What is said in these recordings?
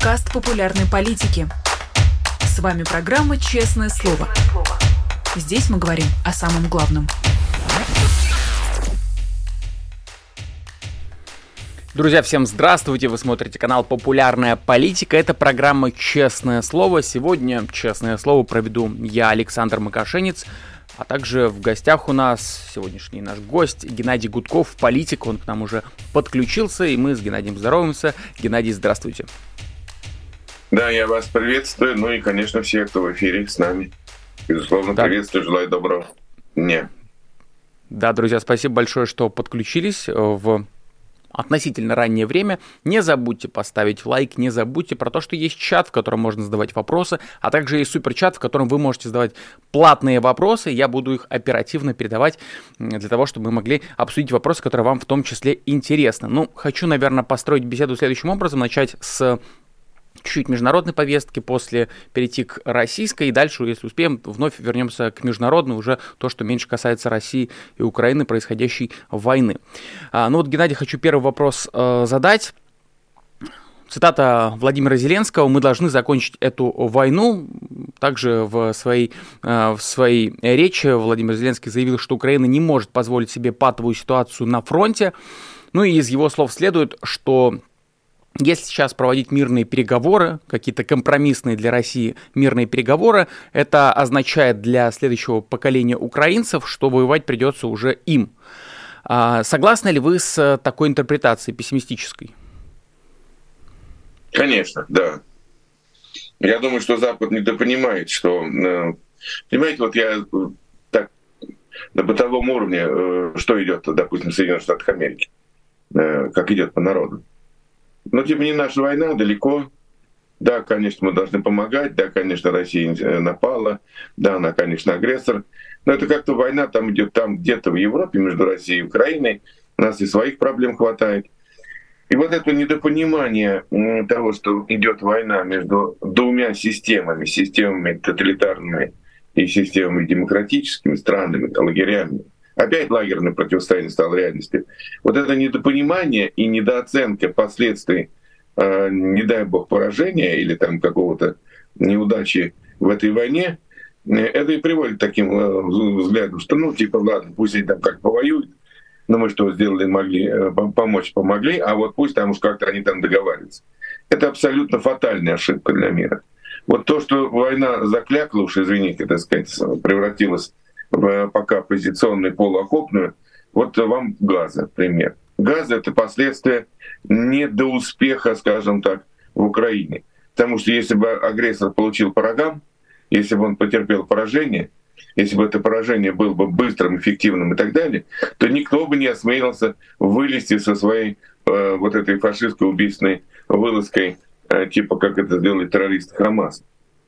подкаст популярной политики. С вами программа «Честное слово». Здесь мы говорим о самом главном. Друзья, всем здравствуйте! Вы смотрите канал «Популярная политика». Это программа «Честное слово». Сегодня «Честное слово» проведу я, Александр Макашенец. А также в гостях у нас сегодняшний наш гость Геннадий Гудков, политик. Он к нам уже подключился, и мы с Геннадием здороваемся. Геннадий, здравствуйте. Да, я вас приветствую. Ну и, конечно, все, кто в эфире с нами. Безусловно, да. Приветствую, желаю доброго дня. Да, друзья, спасибо большое, что подключились в относительно раннее время. Не забудьте поставить лайк, не забудьте про то, что есть чат, в котором можно задавать вопросы, а также есть суперчат, в котором вы можете задавать платные вопросы. Я буду их оперативно передавать для того, чтобы мы могли обсудить вопросы, которые вам в том числе интересны. Ну, хочу, наверное, построить беседу следующим образом, начать с чуть-чуть международной повестки, после перейти к российской, и дальше, если успеем, вновь вернемся к международной, уже то, что меньше касается России и Украины, происходящей войны. Ну вот, Геннадий, хочу первый вопрос задать. Цитата Владимира Зеленского: «Мы должны закончить эту войну». Также в своей речи Владимир Зеленский заявил, что Украина не может позволить себе патовую ситуацию на фронте. Ну и из его слов следует, что если сейчас проводить мирные переговоры, какие-то компромиссные для России мирные переговоры, это означает для следующего поколения украинцев, что воевать придется уже им. Согласны ли вы с такой интерпретацией пессимистической? Конечно, да. Я думаю, что Запад недопонимает, что... Понимаете, вот я так на бытовом уровне, что идет, допустим, в Соединенных Штатах Америки, как идет по народу. Ну, типа, не наша война, далеко. Да, конечно, мы должны помогать. Да, конечно, Россия напала. Да, она, конечно, агрессор. Но это как-то война там идет там где-то в Европе между Россией и Украиной. У нас и своих проблем хватает. И вот это недопонимание того, что идет война между двумя системами тоталитарными и системами демократическими, странами, лагерями. Опять лагерное противостояние стало реальностью. Вот это недопонимание и недооценка последствий, не дай бог, поражения или там какого-то неудачи в этой войне, это и приводит к таким взглядам, что ну типа ладно, пусть они там как повоюют, но мы что сделали, могли, помогли, а вот пусть там уж как-то они там договариваются. Это абсолютно фатальная ошибка для мира. Вот то, что война заклякла, уж извините, так сказать, превратилась в пока позиционную полуокопную, вот вам Газа, пример. Газа — это последствия недоуспеха, скажем так, в Украине. Потому что если бы агрессор получил по рогам, если бы он потерпел поражение, если бы это поражение было бы быстрым, эффективным и так далее, то никто бы не осмелился вылезти со своей вот этой фашистской убийственной вылазкой, типа как это сделали террористы Хамас.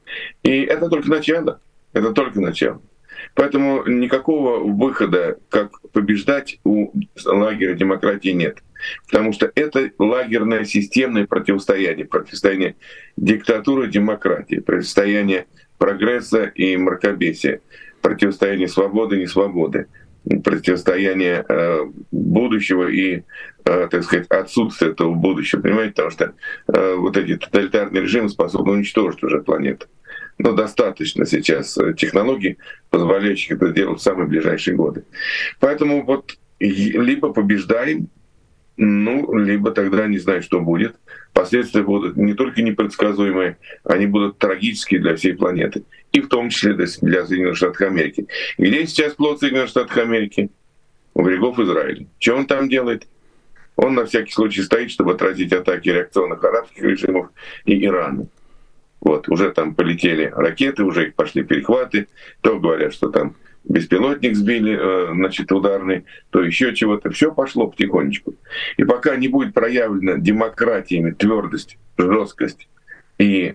И это только начало. Это только начало. Поэтому никакого выхода, как побеждать, у лагеря демократии нет. Потому что это лагерное системное противостояние. Противостояние диктатуры и демократии. Противостояние прогресса и мракобесия. Противостояние свободы и несвободы. Противостояние будущего и, так сказать, отсутствия этого будущего. Понимаете? Потому что вот эти тоталитарные режимы способны уничтожить уже планету. Но достаточно сейчас технологий, позволяющих это делать в самые ближайшие годы. Поэтому вот либо побеждаем, ну, либо тогда не знаю, что будет. Последствия будут не только непредсказуемые, они будут трагические для всей планеты. И в том числе для Соединенных Штатов Америки. Где сейчас флот Соединенных Штатов Америки? У берегов Израиля. Что он там делает? Он на всякий случай стоит, чтобы отразить атаки реакционных арабских режимов и Ирана. Вот, уже там полетели ракеты, уже их пошли перехваты. То говорят, что там беспилотник сбили, значит, ударный, то еще чего-то. Все пошло потихонечку. И пока не будет проявлена демократиями твердость, жесткость и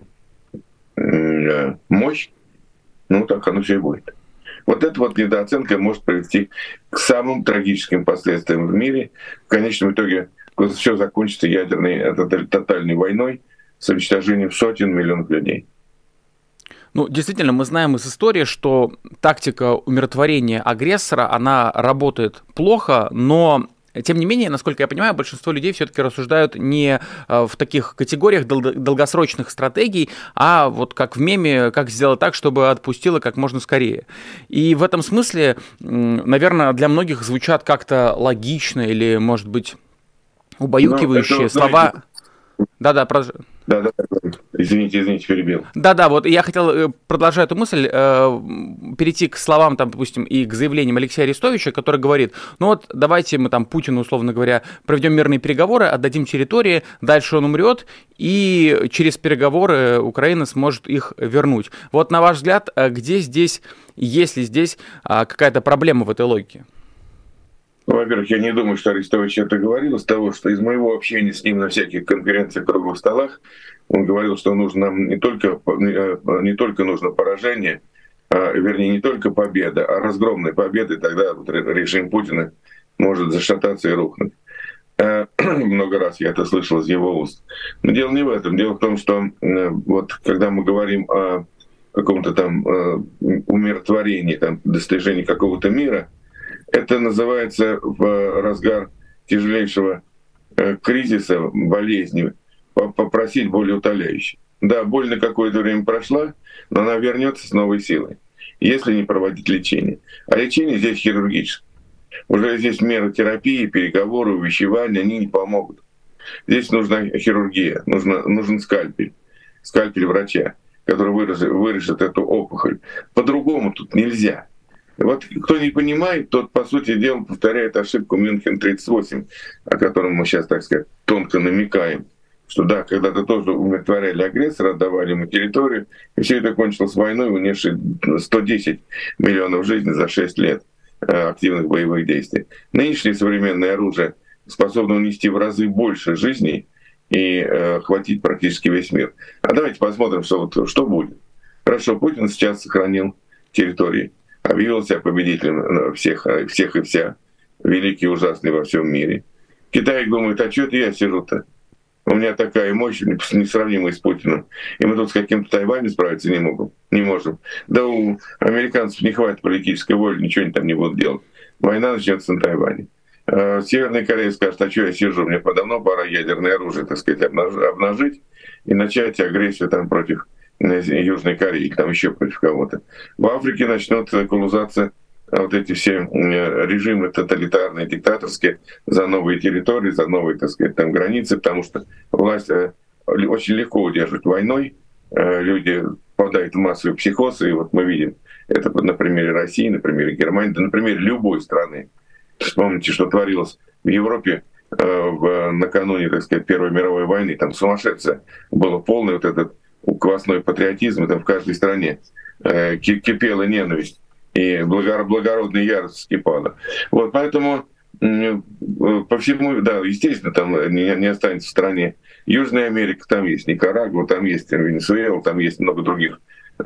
мощь, ну так оно все и будет. Вот эта вот недооценка может привести к самым трагическим последствиям в мире. В конечном итоге все закончится ядерной тотальной войной с уничтожением сотен миллионов людей. Ну, действительно, мы знаем из истории, что тактика умиротворения агрессора, она работает плохо, но Тем не менее, насколько я понимаю, большинство людей все-таки рассуждают не в таких категориях долгосрочных стратегий, а вот как в меме, как сделать так, чтобы отпустило как можно скорее. И в этом смысле, наверное, для многих звучат как-то логично или, может быть, убаюкивающие слова. Да-да, Да, извините, перебил. Да, вот я хотел, продолжая эту мысль, перейти к словам, там, допустим, и к заявлениям Алексея Арестовича, который говорит, ну вот давайте мы там Путину, условно говоря, проведем мирные переговоры, отдадим территории, дальше он умрет, и через переговоры Украина сможет их вернуть. Вот на ваш взгляд, где здесь, есть ли здесь какая-то проблема в этой логике? Во-первых, я не думаю, что Арестович это говорил, с того, что из моего общения с ним на всяких конференциях, круглых столах, он говорил, что нужно нам не только нужно поражение, вернее, не только победа, а разгромная победа, и тогда вот режим Путина может зашататься и рухнуть. Много раз я это слышал из его уст. Но дело не в этом. Дело в том, что вот когда мы говорим о каком-то там умиротворении, там, достижении какого-то мира, это называется в разгар тяжелейшего кризиса, болезни, попросить более утоляющей. Да, боль на какое-то время прошла, но она вернется с новой силой, если не проводить лечение. А лечение здесь хирургическое. Уже здесь меры терапии, переговоры, увещевания, они не помогут. Здесь нужна хирургия, нужен скальпель врача, который вырежет эту опухоль. По-другому тут нельзя. Вот кто не понимает, тот, по сути дела, повторяет ошибку Мюнхен-38, о котором мы сейчас, так сказать, тонко намекаем. Что да, когда-то тоже умиротворяли агрессора, отдавали ему территорию, и все это кончилось войной, унесшей 110 миллионов жизней за 6 лет активных боевых действий. Нынешнее современное оружие способно унести в разы больше жизней и охватить практически весь мир. А давайте посмотрим, что будет. Хорошо, Путин сейчас сохранил территории, объявил себя победителем всех и вся, великий и ужасный во всем мире. Китай думает, а что это я сижу-то? У меня такая мощь, несравнимая с Путиным. И мы тут с каким-то Тайванем справиться не можем. Да у американцев не хватит политической воли, ничего они там не будут делать. Война начнется на Тайване. Северная Корея скажет, а что я сижу, мне давно пора ядерное оружие, так сказать, обнажить и начать агрессию там против Южной Кореи, там еще против кого-то. В Африке начнется колонизация, вот эти все режимы тоталитарные, диктаторские, за новые территории, за новые, так сказать, там границы, потому что власть очень легко удерживать войной, люди попадают в массовый психоз, и вот мы видим это на примере России, на примере Германии, да на примере любой страны. Вспомните, что творилось в Европе накануне, так сказать, Первой мировой войны, там сумасшедшее было полный вот этот квасной патриотизм, там в каждой стране кипела ненависть, и благородная ярость вскипала. Вот поэтому по всему, да, естественно, там не останется в стране. Южная Америка, там есть Никарагуа, там есть Венесуэла, там есть много других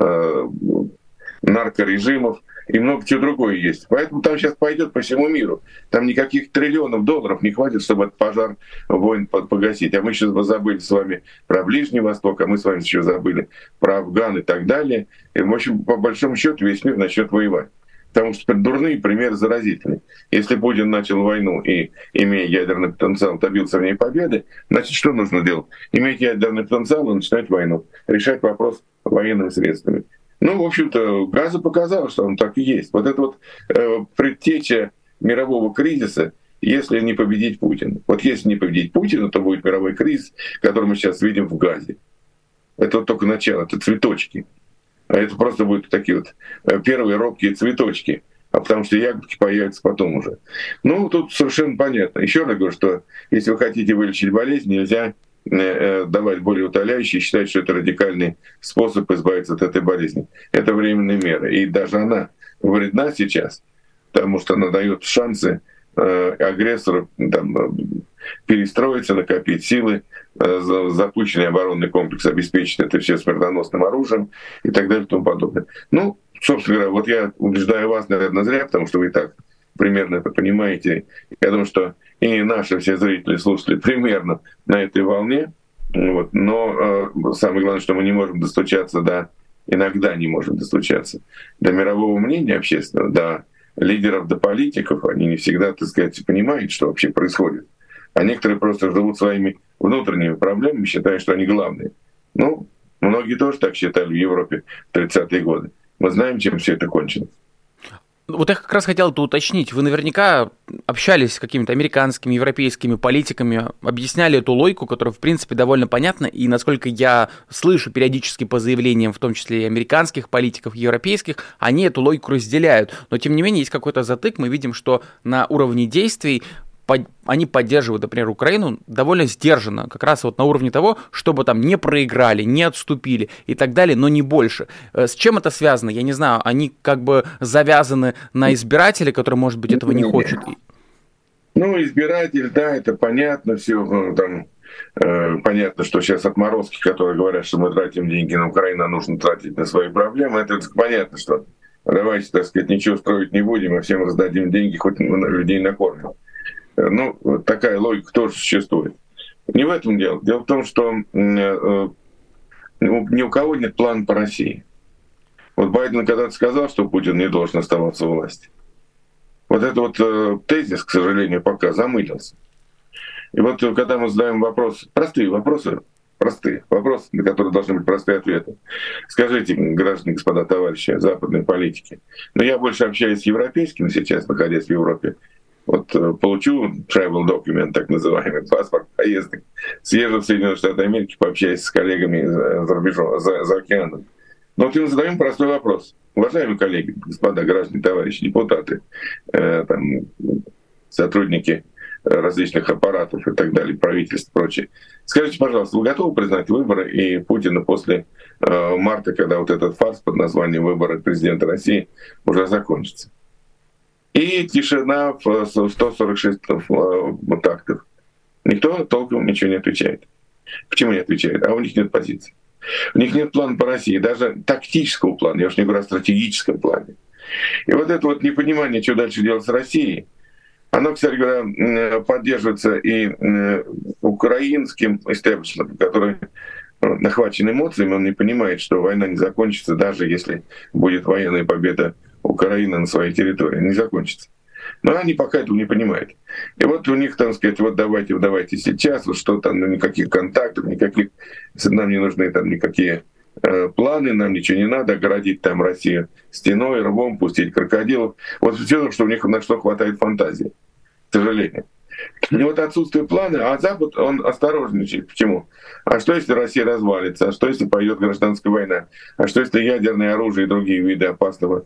наркорежимов, и много чего другое есть. Поэтому там сейчас пойдет по всему миру. Там никаких триллионов долларов не хватит, чтобы этот пожар войн погасить. А мы сейчас забыли с вами про Ближний Восток, а мы с вами еще забыли про Афган и так далее. И, в общем, по большому счету весь мир начнет воевать. Потому что дурные примеры заразительны. Если Путин начал войну и, имея ядерный потенциал, добился в ней победы, значит, что нужно делать? Иметь ядерный потенциал и начинать войну. Решать вопрос военными средствами. Ну, в общем-то, Газа показала, что он так и есть. Вот это вот предтеча мирового кризиса, если не победить Путина. Вот если не победить Путина, то будет мировой кризис, который мы сейчас видим в Газе. Это вот только начало, это цветочки. А это просто будут такие вот первые робкие цветочки. А потому что ягодки появятся потом уже. Ну, тут совершенно понятно. Еще раз говорю, что если вы хотите вылечить болезнь, нельзя давать более утоляющие, считать, что это радикальный способ избавиться от этой болезни. Это временная мера. И даже она вредна сейчас, потому что она дает шансы агрессору там, перестроиться, накопить силы, запущенный оборонный комплекс обеспечить это все смертоносным оружием и так далее и тому подобное. Ну, собственно говоря, вот я убеждаю вас, наверное, зря, потому что вы и так примерно это понимаете. Я думаю, что и наши все зрители, слушатели примерно на этой волне. Вот. Но самое главное, что мы не можем достучаться иногда не можем достучаться до мирового мнения общественного, до лидеров до политиков, они не всегда, так сказать, понимают, что вообще происходит. А некоторые просто живут своими внутренними проблемами, считая, что они главные. Ну, многие тоже так считали в Европе в 30-е годы. Мы знаем, чем все это кончилось. Вот я как раз хотел это уточнить. Вы наверняка общались с какими-то американскими, европейскими политиками, объясняли эту логику, которая, в принципе, довольно понятна, и, насколько я слышу периодически по заявлениям, в том числе и американских политиков, европейских, они эту логику разделяют. Но, тем не менее, есть какой-то затык. Мы видим, что на уровне действий они поддерживают, например, Украину довольно сдержанно, как раз вот на уровне того, чтобы там не проиграли, не отступили и так далее, но не больше. С чем это связано? Я не знаю, они как бы завязаны на избирателя, который, может быть, этого не хочет. Ну, избиратель, да, это понятно все, там, понятно, что сейчас отморозки, которые говорят, что мы тратим деньги на Украину, а нужно тратить на свои проблемы, это понятно, что давайте, так сказать, ничего строить не будем, а всем раздадим деньги, хоть людей накормим. Ну, такая логика тоже существует. Не в этом дело. Дело в том, что ни у кого нет плана по России. Вот Байден когда-то сказал, что Путин не должен оставаться у власти. Вот это вот тезис, к сожалению, пока замылился. И вот когда мы задаем вопросы, простые вопросы, на которые должны быть простые ответы. Скажите, граждане, господа, товарищи, западные политики, но я больше общаюсь с европейскими сейчас, находясь в Европе. Вот получу travel document, так называемый, паспорт поездок, съезжу в Соединенные Штаты Америки, пообщаюсь с коллегами за рубежом, за океаном. Но вот им задаем простой вопрос. Уважаемые коллеги, господа, граждане, товарищи, депутаты, там, сотрудники различных аппаратов и так далее, правительств и прочее. Скажите, пожалуйста, вы готовы признать выборы и Путина после марта, когда вот этот фарс под названием «Выборы президента России» уже закончится? И тишина в 146 тактов. Никто толком ничего не отвечает. Почему не отвечает? А у них нет позиции. У них нет плана по России, даже тактического плана, я уж не говорю о стратегическом плане. И вот это вот непонимание, что дальше делать с Россией, оно, кстати говоря, поддерживается и украинским истеблишментом, который охвачен эмоциями, он не понимает, что война не закончится, даже если будет военная победа Украины на своей территории. Не закончится. Но они пока этого не понимают. И вот у них, там сказать, вот давайте сейчас, вот что там, ну, никаких контактов, никаких, нам не нужны там никакие планы, нам ничего не надо, огородить там Россию стеной, рвом, пустить крокодилов. Вот все, что у них на что хватает фантазии, к сожалению. И вот отсутствие плана, а Запад, он осторожничает. Почему? А что, если Россия развалится? А что, если пойдет гражданская война? А что, если ядерное оружие и другие виды опасного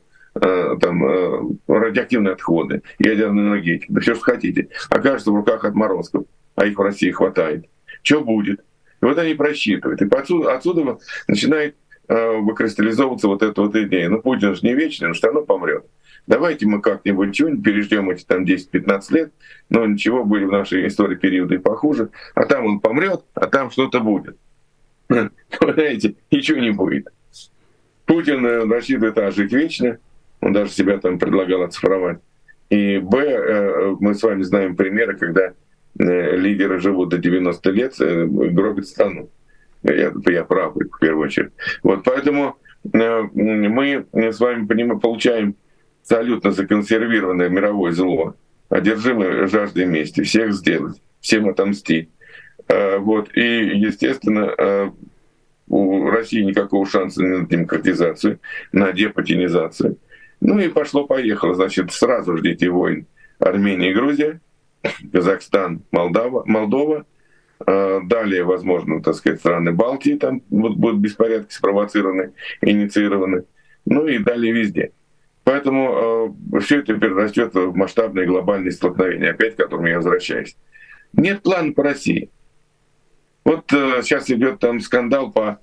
там радиоактивные отходы, ядерная энергетика, да все, что хотите, окажется в руках отморозков, а их в России хватает. Что будет? И вот они просчитывают. И отсюда начинает выкристаллизовываться вот эта вот идея. Ну, Путин же не вечный, он все равно помрет. Давайте мы как-нибудь чего-нибудь переждем эти там 10-15 лет, но ничего, были в нашей истории периоды и похуже, а там он помрет, а там что-то будет. Понимаете, ничего не будет. Путин рассчитывает жить вечно, он даже себя там предлагал оцифровать. И мы с вами знаем примеры, когда лидеры живут до 90 лет, гробят страну. Я прав, в первую очередь. Вот поэтому мы с вами получаем абсолютно законсервированное мировое зло, одержимое жаждой мести, всех сделать, всем отомстить. Вот. И, естественно, у России никакого шанса на демократизацию, на депутинизацию. Ну и пошло-поехало. Значит, сразу ждите войн Армения и Грузия, Казахстан, Молдова. Далее, возможно, так сказать, страны Балтии, там будут беспорядки спровоцированы, инициированы. Ну и далее везде. Поэтому все это перерастет в масштабные глобальные столкновения, опять к которым я возвращаюсь. Нет плана по России. Вот сейчас идет там скандал по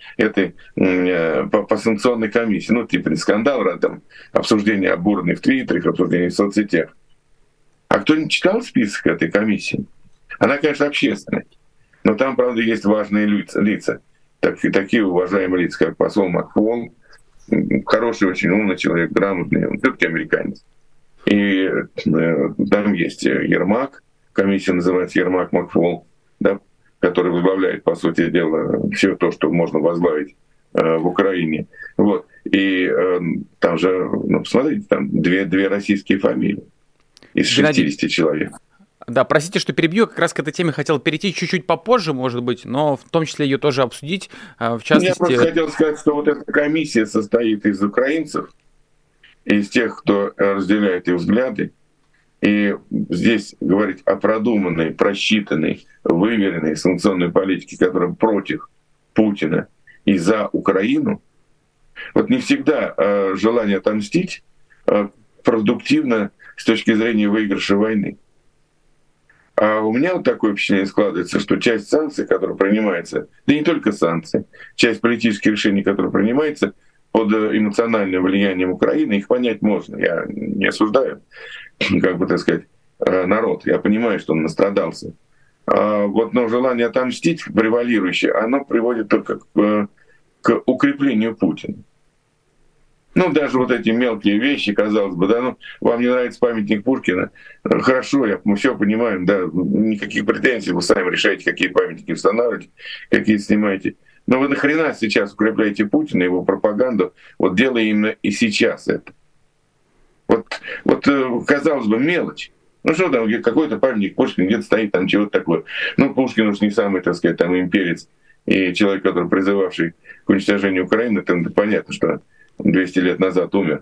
санкционной комиссии. Ну, типа не скандал, а там обсуждение обуренных в Твиттере, обсуждение в соцсетях. А кто не читал список этой комиссии? Она, конечно, общественная. Но там, правда, есть важные лица. Такие уважаемые лица, как посол Макфол, хороший, очень умный человек, грамотный, он все-таки американец. И там есть Ермак, комиссия называется Ермак Макфол, да, который возглавляет, по сути дела, все то, что можно возглавить в Украине. Вот. И там же, посмотрите, там две российские фамилии из 60 человек. Да, простите, что перебью, как раз к этой теме хотел перейти чуть-чуть попозже, может быть, но в том числе ее тоже обсудить, в частности... Я просто хотел сказать, что вот эта комиссия состоит из украинцев, из тех, кто разделяет их взгляды, и здесь говорить о продуманной, просчитанной, выверенной санкционной политике, которая против Путина и за Украину, вот не всегда желание отомстить продуктивно с точки зрения выигрыша войны. А у меня вот такое впечатление складывается, что часть санкций, которые принимаются, да не только санкции, часть политических решений, которые принимаются под эмоциональным влиянием Украины, их понять можно. Я не осуждаю, народ. Я понимаю, что он настрадался. Но желание отомстить превалирующее, оно приводит только к укреплению Путина. Даже вот эти мелкие вещи, казалось бы, вам не нравится памятник Пушкина, хорошо, мы все понимаем, да, никаких претензий, вы сами решаете, какие памятники устанавливаете, какие снимаете. Но вы нахрена сейчас укрепляете Путина, его пропаганду, делая именно и сейчас это. Казалось бы, мелочь. Что там, какой-то памятник Пушкина где-то стоит, там чего-то такое. Пушкин уж не самый, имперец и человек, который призывавший к уничтожению Украины, там понятно, что 200 лет назад умер.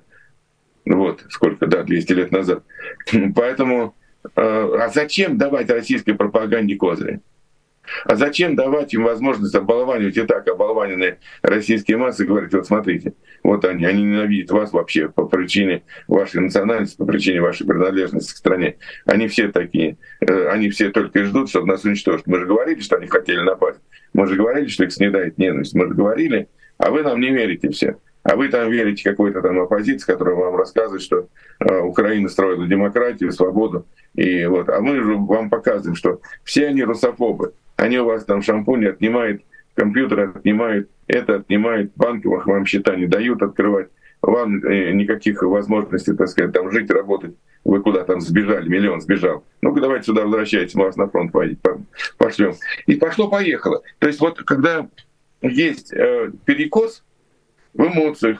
200 лет назад. Поэтому, а зачем давать российской пропаганде козыри? А зачем давать им возможность оболванивать и так оболваненные российские массы, говорить, смотрите, они ненавидят вас вообще по причине вашей национальности, по причине вашей принадлежности к стране. Они все такие, они все только и ждут, чтобы нас уничтожить. Мы же говорили, что они хотели напасть. Мы же говорили, что их снедает ненависть. Мы же говорили, а вы нам не верите все. А вы там верите какой-то оппозиции, которая вам рассказывает, что Украина строила демократию, свободу. А мы же вам показываем, что все они русофобы. Они у вас там шампуни отнимают, компьютеры отнимают, это отнимают, банки вам счета не дают открывать. Вам никаких возможностей, там жить, работать. Вы куда там сбежали, миллион сбежал. Ну-ка давайте сюда возвращайтесь, мы вас на фронт пошлем. И пошло-поехало. То есть когда есть перекос в эмоциях,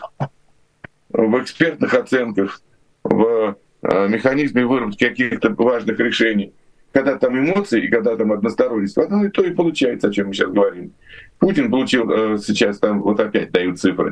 в экспертных оценках, в механизме выработки каких-то важных решений, когда там эмоции и когда там односторонность, одно и то и получается, о чем мы сейчас говорим. Путин получил сейчас, опять дают цифры,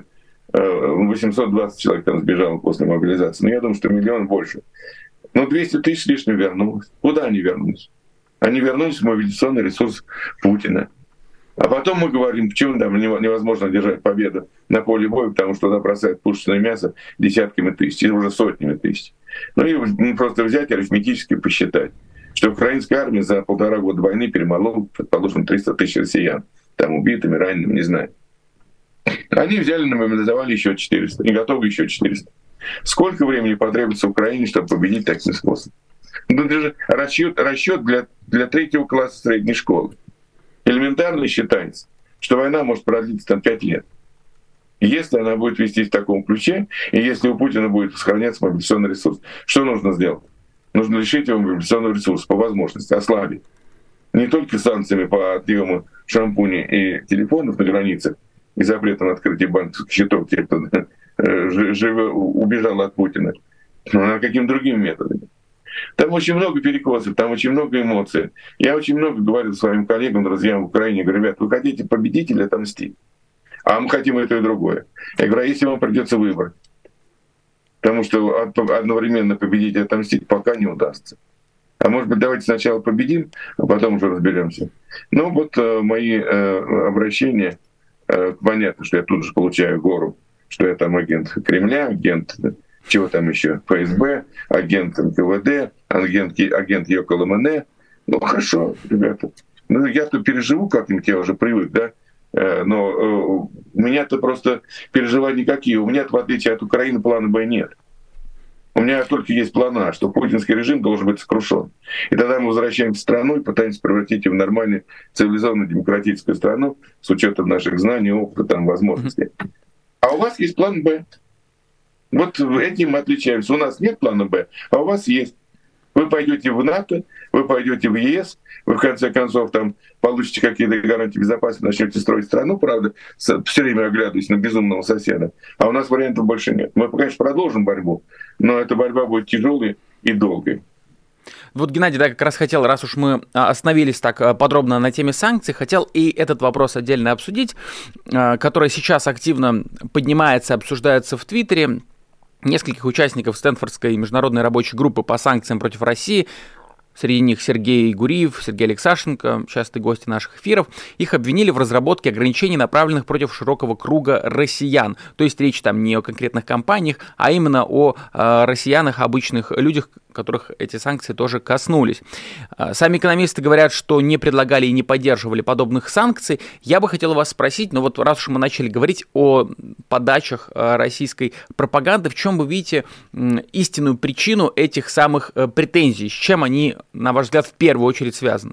820 человек там сбежало после мобилизации. Но я думаю, что миллион больше. Но 200 тысяч лишним вернулось. Куда они вернулись? Они вернулись в мобилизационный ресурс Путина. А потом мы говорим, почему там невозможно держать победу на поле боя, потому что туда бросают пушечное мясо десятками тысяч, или уже сотнями тысяч. И просто взять арифметически посчитать, что украинская армия за 1,5 года войны перемолола, предположим, 300 тысяч россиян. Там убитыми, ранеными, не знаю. Они взяли, мобилизовали еще 400, и готовы еще 400. Сколько времени потребуется Украине, чтобы победить таким способом? Это же расчет для 3-го класса средней школы. Элементарно считается, что война может продлиться 5 лет. Если она будет вестись в таком ключе, и если у Путина будет сохраняться мобилизационный ресурс, что нужно сделать? Нужно лишить его мобилизационного ресурса по возможности, ослабить. Не только санкциями по отъему шампуней и телефонов на границах и запретом открытия банковских счетов тех, кто живо убежал от Путина, но каким другим методом. Там очень много перекосов, там очень много эмоций. Я очень много говорил своим коллегам, друзьям в Украине, говорю, ребят, вы хотите победить или отомстить? А мы хотим и то, и другое. Я говорю, а если вам придется выбрать? Потому что одновременно победить и отомстить пока не удастся. А может быть, давайте сначала победим, а потом уже разберемся. Мои обращения, понятно, что я тут же получаю гору, что я там агент Кремля, агент чего там еще, ФСБ, агент НКВД, агент ЙОКЛМН. Хорошо, ребята. Я-то переживу как-нибудь, я уже привык, да? Но у меня-то просто переживания никакие. У меня-то, в отличие от Украины, плана Б нет. У меня только есть план А, что путинский режим должен быть сокрушен. И тогда мы возвращаемся в страну и пытаемся превратить ее в нормальную, цивилизованную, демократическую страну с учетом наших знаний, опыта, возможностей. А у вас есть план Б. Этим мы отличаемся. У нас нет плана Б, а у вас есть. Вы пойдете в НАТО, вы пойдете в ЕС, вы в конце концов получите какие-то гарантии безопасности, начнете строить страну, правда, все время оглядываясь на безумного соседа. А у нас вариантов больше нет. Мы, конечно, продолжим борьбу, но эта борьба будет тяжелой и долгой. Вот, Геннадий, да, как раз хотел, раз уж мы остановились так подробно на теме санкций, хотел и этот вопрос отдельно обсудить, который сейчас активно поднимается, обсуждается в Твиттере. Нескольких участников Стэнфордской международной рабочей группы по санкциям против России, среди них Сергей Гуриев, Сергей Алексашенко, частые гости наших эфиров, их обвинили в разработке ограничений, направленных против широкого круга россиян. То есть речь там не о конкретных компаниях, а именно о россиянах, обычных людях, которых эти санкции тоже коснулись. Сами экономисты говорят, что не предлагали и не поддерживали подобных санкций. Я бы хотел вас спросить, но вот раз уж мы начали говорить о подачах российской пропаганды, в чем вы видите истинную причину этих самых претензий? С чем они, на ваш взгляд, в первую очередь связаны?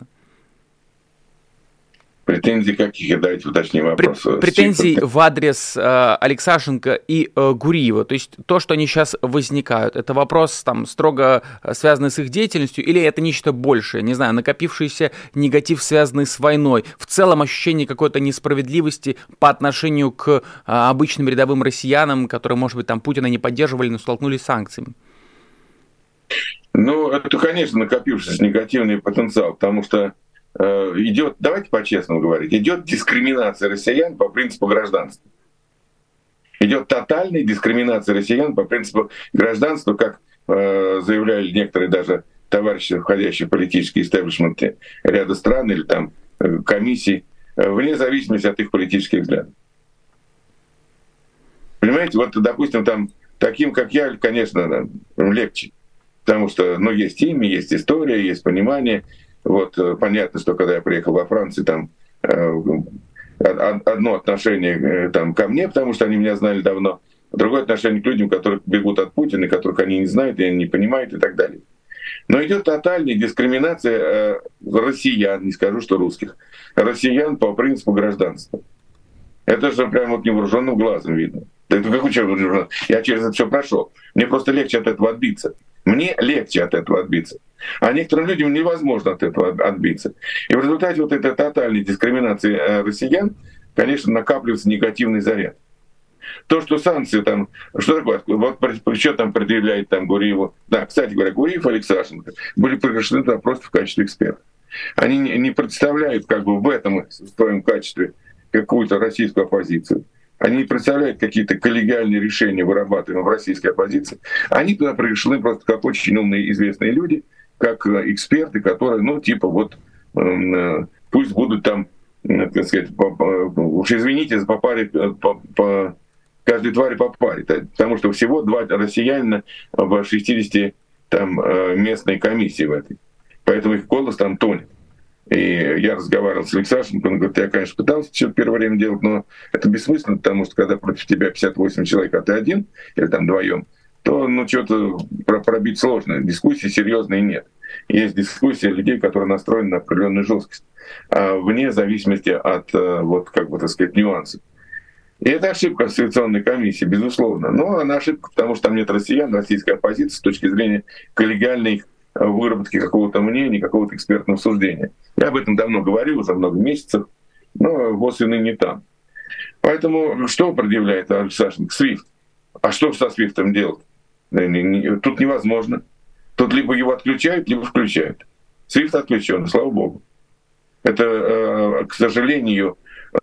Претензии каких? Давайте уточним вопрос. Претензий в адрес Алексашенко и Гуриева. То есть то, что они сейчас возникают, это вопрос там строго связанный с их деятельностью, или это нечто большее? Не знаю, накопившийся негатив, связанный с войной. В целом ощущение какой-то несправедливости по отношению к обычным рядовым россиянам, которые, может быть, там Путина не поддерживали, но столкнулись с санкциями. Ну, это, конечно, накопившийся негативный потенциал, потому что идет, давайте по-честному говорить, идет дискриминация россиян по принципу гражданства. Идет тотальная дискриминация россиян по принципу гражданства, как заявляли некоторые даже товарищи, входящие в политические истеблишменты ряда стран или там комиссий, вне зависимости от их политических взглядов. Понимаете, вот, допустим, там таким, как я, конечно, легче, потому что, ну, есть имя, есть история, есть понимание. Вот понятно, что когда я приехал во Францию, там одно отношение там ко мне, потому что они меня знали давно, другое отношение к людям, которые бегут от Путина, которых они не знают и они не понимают и так далее. Но идет тотальная дискриминация россиян, не скажу, что русских, россиян по принципу гражданства. Это же прямо вот невооруженным глазом видно. Это какой человек? Я через это все прошел. Мне просто легче от этого отбиться. Мне легче от этого отбиться. А некоторым людям невозможно от этого отбиться. И в результате вот этой тотальной дискриминации россиян, конечно, накапливается негативный заряд. То, что санкции там, что такое, вот что там предъявляет там Гуриеву. Да, кстати говоря, Гуриев и Алексашенко были приглашены туда просто в качестве экспертов. Они не представляют как бы в этом своем качестве какую-то российскую оппозицию. Они не представляют какие-то коллегиальные решения, вырабатываемые в российской оппозиции. Они туда приглашены просто как очень умные известные люди, как эксперты, которые, ну, типа вот, пусть будут там, так сказать, уж извините, по паре, по каждой твари по паре. Потому что всего 2 россиянина в 60 там местной комиссии в этой. Поэтому их голос там тонет. И я разговаривал с Алексашенко, он говорит, я, конечно, пытался все первое время делать, но это бессмысленно, потому что когда против тебя 58 человек, а ты один, или там вдвоем, то ну, что-то пробить сложно. Дискуссии серьезные нет. Есть дискуссии людей, которые настроены на определенную жесткость, вне зависимости от, вот, как бы, так сказать, нюансов. И это ошибка Конституционной комиссии, безусловно. Но она ошибка, потому что там нет россиян, российской оппозиции с точки зрения коллегиальной выработки какого-то мнения, какого-то экспертного суждения. Я об этом давно говорил, уже много месяцев, но ВОЗ вины не там. Поэтому что предъявляет Алексашенко? SWIFT. А что со SWIFT делать? Тут невозможно. Тут либо его отключают, либо включают. SWIFT отключен, слава богу. Это, к сожалению,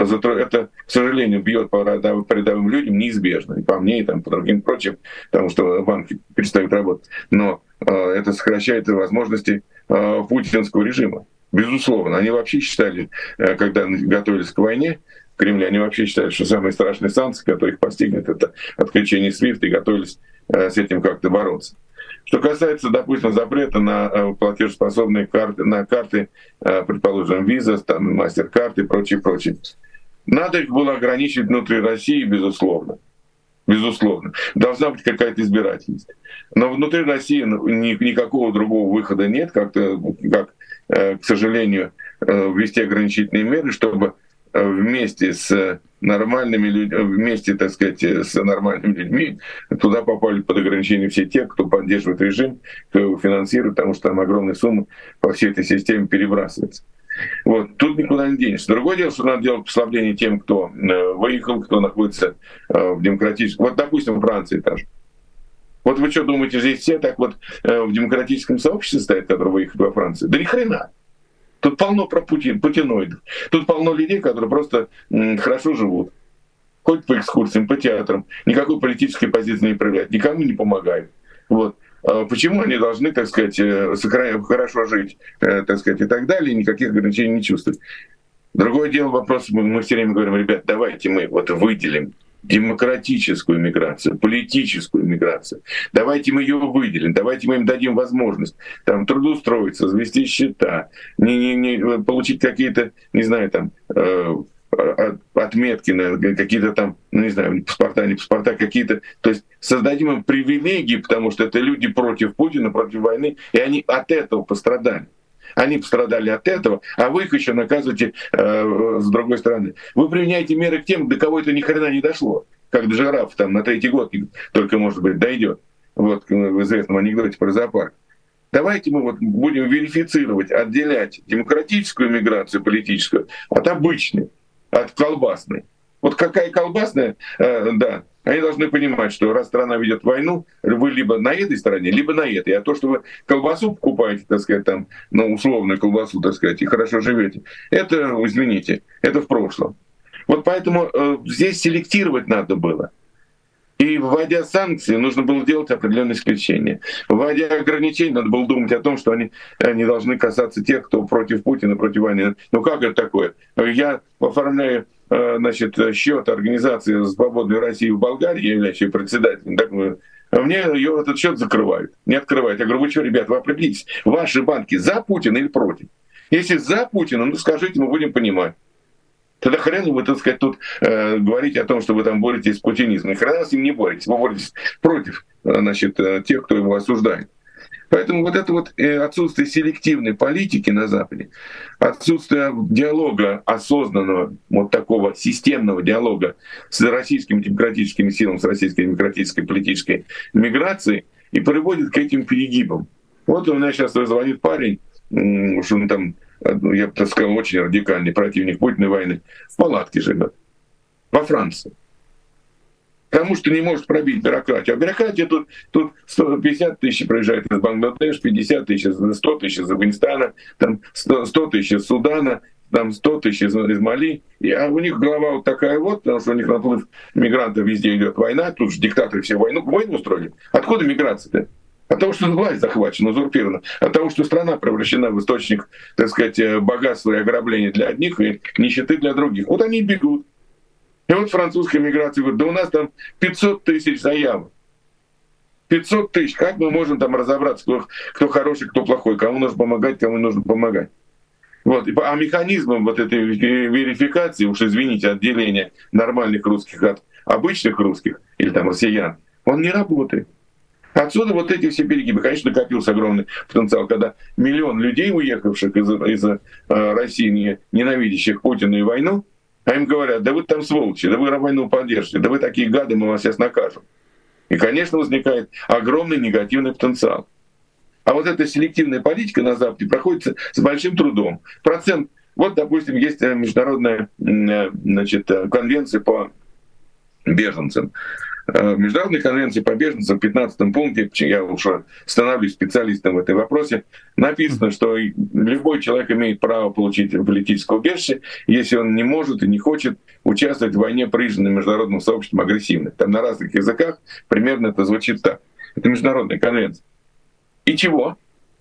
бьет по рядовым людям неизбежно. И по мне, и там, по другим прочим, потому что банки перестают работать. Но это сокращает возможности путинского режима. Безусловно. Они вообще считали, когда готовились к войне, в Кремле, они вообще считали, что самые страшные санкции, которые их постигнут, это отключение SWIFT, и готовились с этим как-то бороться. Что касается, допустим, запрета на платежеспособные карты, на карты, предположим, Visa, там, MasterCard и прочее. Надо их было ограничить внутри России, безусловно. Безусловно. Должна быть какая-то избирательность. Но внутри России никакого другого выхода нет, как, к сожалению, ввести ограничительные меры, чтобы вместе с нормальными людьми, так сказать, с нормальными людьми туда попали под ограничения все те, кто поддерживает режим, кто его финансирует, потому что там огромные суммы по всей этой системе перебрасываются. Вот. Тут никуда не денешься. Другое дело, что надо делать послабление тем, кто выехал, кто находится в демократическом... Вот, допустим, в Франции тоже. Вот вы что думаете, здесь все так вот в демократическом сообществе стоят, которые выехали во Францию? Да ни хрена. Тут полно про путиноидов. Тут полно людей, которые просто хорошо живут. Ходят по экскурсиям, по театрам, никакой политической позиции не проявляют, никому не помогают. Вот. Почему они должны, так сказать, хорошо жить, так сказать, и так далее, и никаких ограничений не чувствовать? Другое дело, вопрос, мы все время говорим, ребят, давайте мы вот выделим демократическую миграцию, политическую миграцию. Давайте мы ее выделим, давайте мы им дадим возможность там трудоустроиться, завести счета, получить какие-то, не знаю, там отметки, какие-то там, ну не знаю, паспорта, не паспорта, какие-то. То есть создадим им привилегии, потому что это люди против Путина, против войны, и они от этого пострадали. Они пострадали от этого, а вы их еще наказываете с другой стороны. Вы применяете меры к тем, до кого это ни хрена не дошло. Как до жирафа там на 3-й год только, может быть, дойдет. Вот в известном анекдоте про зоопарк. Давайте мы вот будем верифицировать, отделять демократическую миграцию политическую от обычной, от колбасной. Вот какая колбасная, да, они должны понимать, что раз страна ведет войну, вы либо на этой стороне, либо на этой. А то, что вы колбасу покупаете, так сказать, там, ну, условную колбасу, так сказать, и хорошо живете, это, извините, это в прошлом. Вот поэтому здесь селектировать надо было. И вводя санкции, нужно было делать определенные исключения. Вводя ограничения, надо было думать о том, что они не должны касаться тех, кто против Путина, против войны. Ну как это такое? Я оформляю, значит, счет организации «Свободной России» в Болгарии, я являюсь ее председателем, так, а мне ее этот счет закрывают, не открывают. Я говорю, вы что, ребят, вы определитесь, ваши банки за Путина или против? Если за Путина, ну скажите, мы будем понимать. Тогда хрен вы, так сказать, тут говорите о том, что вы там боретесь с путинизмом. И хрена с ним не боретесь. Вы боретесь против, значит, тех, кто его осуждает. Поэтому вот это вот отсутствие селективной политики на Западе, отсутствие диалога осознанного, вот такого системного диалога с российскими демократическими силами, с российской демократической политической миграцией и приводит к этим перегибам. Вот у меня сейчас звонит парень, что он там, я бы так сказал, очень радикальный противник Путиной войны, в палатке живет, во Франции. Потому что не может пробить бюрократию. А бюрократия тут 150 тысяч приезжает из Бангладеш, 50 тысяч, 100 тысяч из Афганистана, там 100 тысяч из Судана, там 100 тысяч из Мали. А у них голова вот такая вот, потому что у них наплыв мигрантов, везде идет война, тут же диктаторы все войну устроили. Откуда миграция-то? От того, что власть захвачена, узурпирована. От того, что страна превращена в источник, так сказать, богатства и ограбления для одних и нищеты для других. Вот они и бегут. И вот французская миграция говорит, да у нас там 500 тысяч заявок. 500 тысяч. Как мы можем там разобраться, кто хороший, кто плохой, кому нужно помогать, кому не нужно помогать. Вот. А механизмом вот этой верификации, уж извините, отделения нормальных русских от обычных русских или там россиян, он не работает. Отсюда вот эти все перегибы. Конечно, накопился огромный потенциал, когда миллион людей, уехавших из России, ненавидящих Путина и войну, а им говорят, да вы там сволочи, да вы войну поддержите, да вы такие гады, мы вас сейчас накажем. И, конечно, возникает огромный негативный потенциал. А вот эта селективная политика на Западе проходит с большим трудом. Процент, вот, допустим, есть международная, значит, конвенция по беженцам. В Международной конвенции по беженцам в 15 пункте, я уже становлюсь специалистом в этом вопросе, написано, что любой человек имеет право получить политическое убежище, если он не может и не хочет участвовать в войне, признанной международным сообществом агрессивной. Там на разных языках примерно это звучит так. Это Международная конвенция. И чего?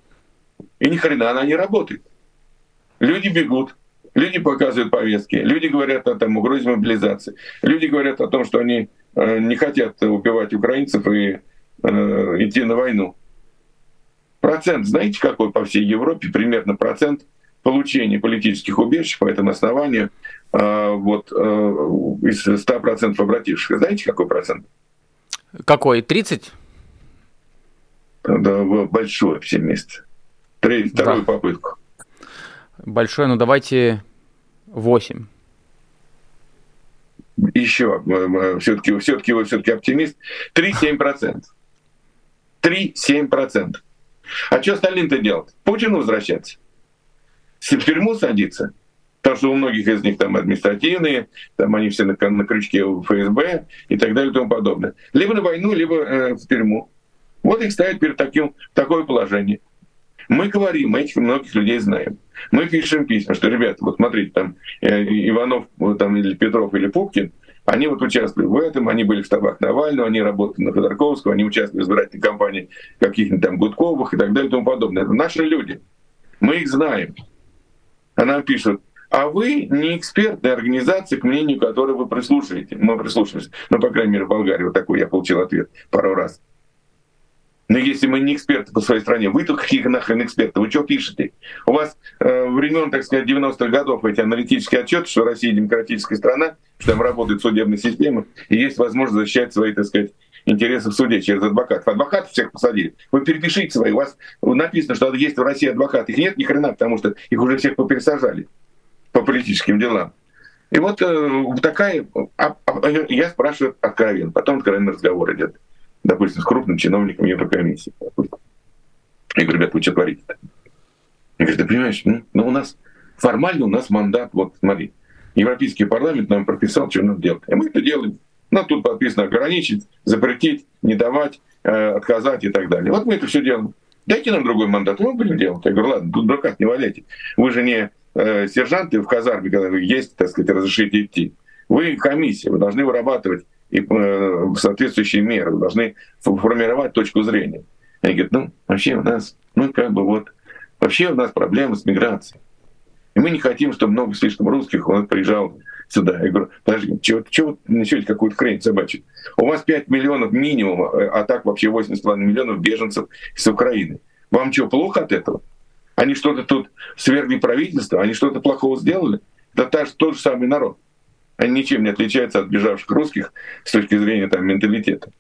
И ни хрена она не работает. Люди бегут. Люди показывают повестки, люди говорят о там, угрозе мобилизации, люди говорят о том, что они не хотят убивать украинцев и идти на войну. Процент, знаете, какой по всей Европе? Примерно процент получения политических убежищ по этому основанию вот, из 100% обратившихся. Знаете, какой процент? Какой? 30? Да, большой оптимист. Вторую попытку. Большой, ну давайте 8. Еще, все-таки вы все-таки оптимист. 3,7%. 3,7%. А что остальным-то делать? Путину возвращаться? в тюрьму садиться, потому что у многих из них там административные, там они все на крючке у ФСБ и так далее и тому подобное. Либо на войну, либо в тюрьму. Вот их ставят перед такое положение. Мы говорим, мы этих многих людей знаем. Мы пишем письма, что, ребята, вот смотрите, там Иванов там, или Петров или Пупкин, они вот участвовали в этом, они были в штабах Навального, они работали на Ходорковского, они участвовали в избирательной кампании каких-нибудь там Гудковых и так далее и тому подобное. Это наши люди. Мы их знаем. А нам пишут, а вы не экспертная организация, к мнению которой вы прислушиваетесь. Мы прислушиваемся. Ну, по крайней мере, в Болгарии вот такой я получил ответ пару раз. Но если мы не эксперты по своей стране, вы-то какие нахрен эксперты? Вы что пишете? У вас времен, так сказать, 90-х годов эти аналитические отчеты, что Россия демократическая страна, что там работает судебная система, и есть возможность защищать свои, так сказать, интересы в суде через адвокатов. Адвокатов всех посадили. Вы перепишите свои. У вас написано, что есть в России адвокаты. Их нет ни хрена, потому что их уже всех попересажали по политическим делам. И вот такая... Я спрашиваю откровенно. Потом откровенный разговор идет. Допустим, с крупным чиновником Еврокомиссии. Я говорю, ребята, вы что творите-то? Я говорю, ты понимаешь, у нас формально у нас мандат, вот смотри, Европейский парламент нам прописал, что надо делать. И мы это делаем. Нам тут подписано ограничить, запретить, не давать, отказать и так далее. Вот мы это все делаем. Дайте нам другой мандат, мы будем делать. Я говорю, ладно, тут дураков не валяйте. Вы же не сержанты в казарме, когда вы есть, так сказать, разрешите идти. Вы комиссия, вы должны вырабатывать и соответствующие меры, вы должны формировать точку зрения. Они говорят, вообще у нас, вообще у нас проблемы с миграцией. И мы не хотим, чтобы много слишком русских приезжало сюда. Я говорю, подожди, что вы несете какую-то хрень собачью? У вас 5 миллионов минимум, а так вообще 8,5 миллионов беженцев с Украины. Вам что, плохо от этого? Они что-то тут свергли правительство, они что-то плохого сделали? Это тот же самый народ. Они ничем не отличаются от бежавших русских с точки зрения там, менталитета.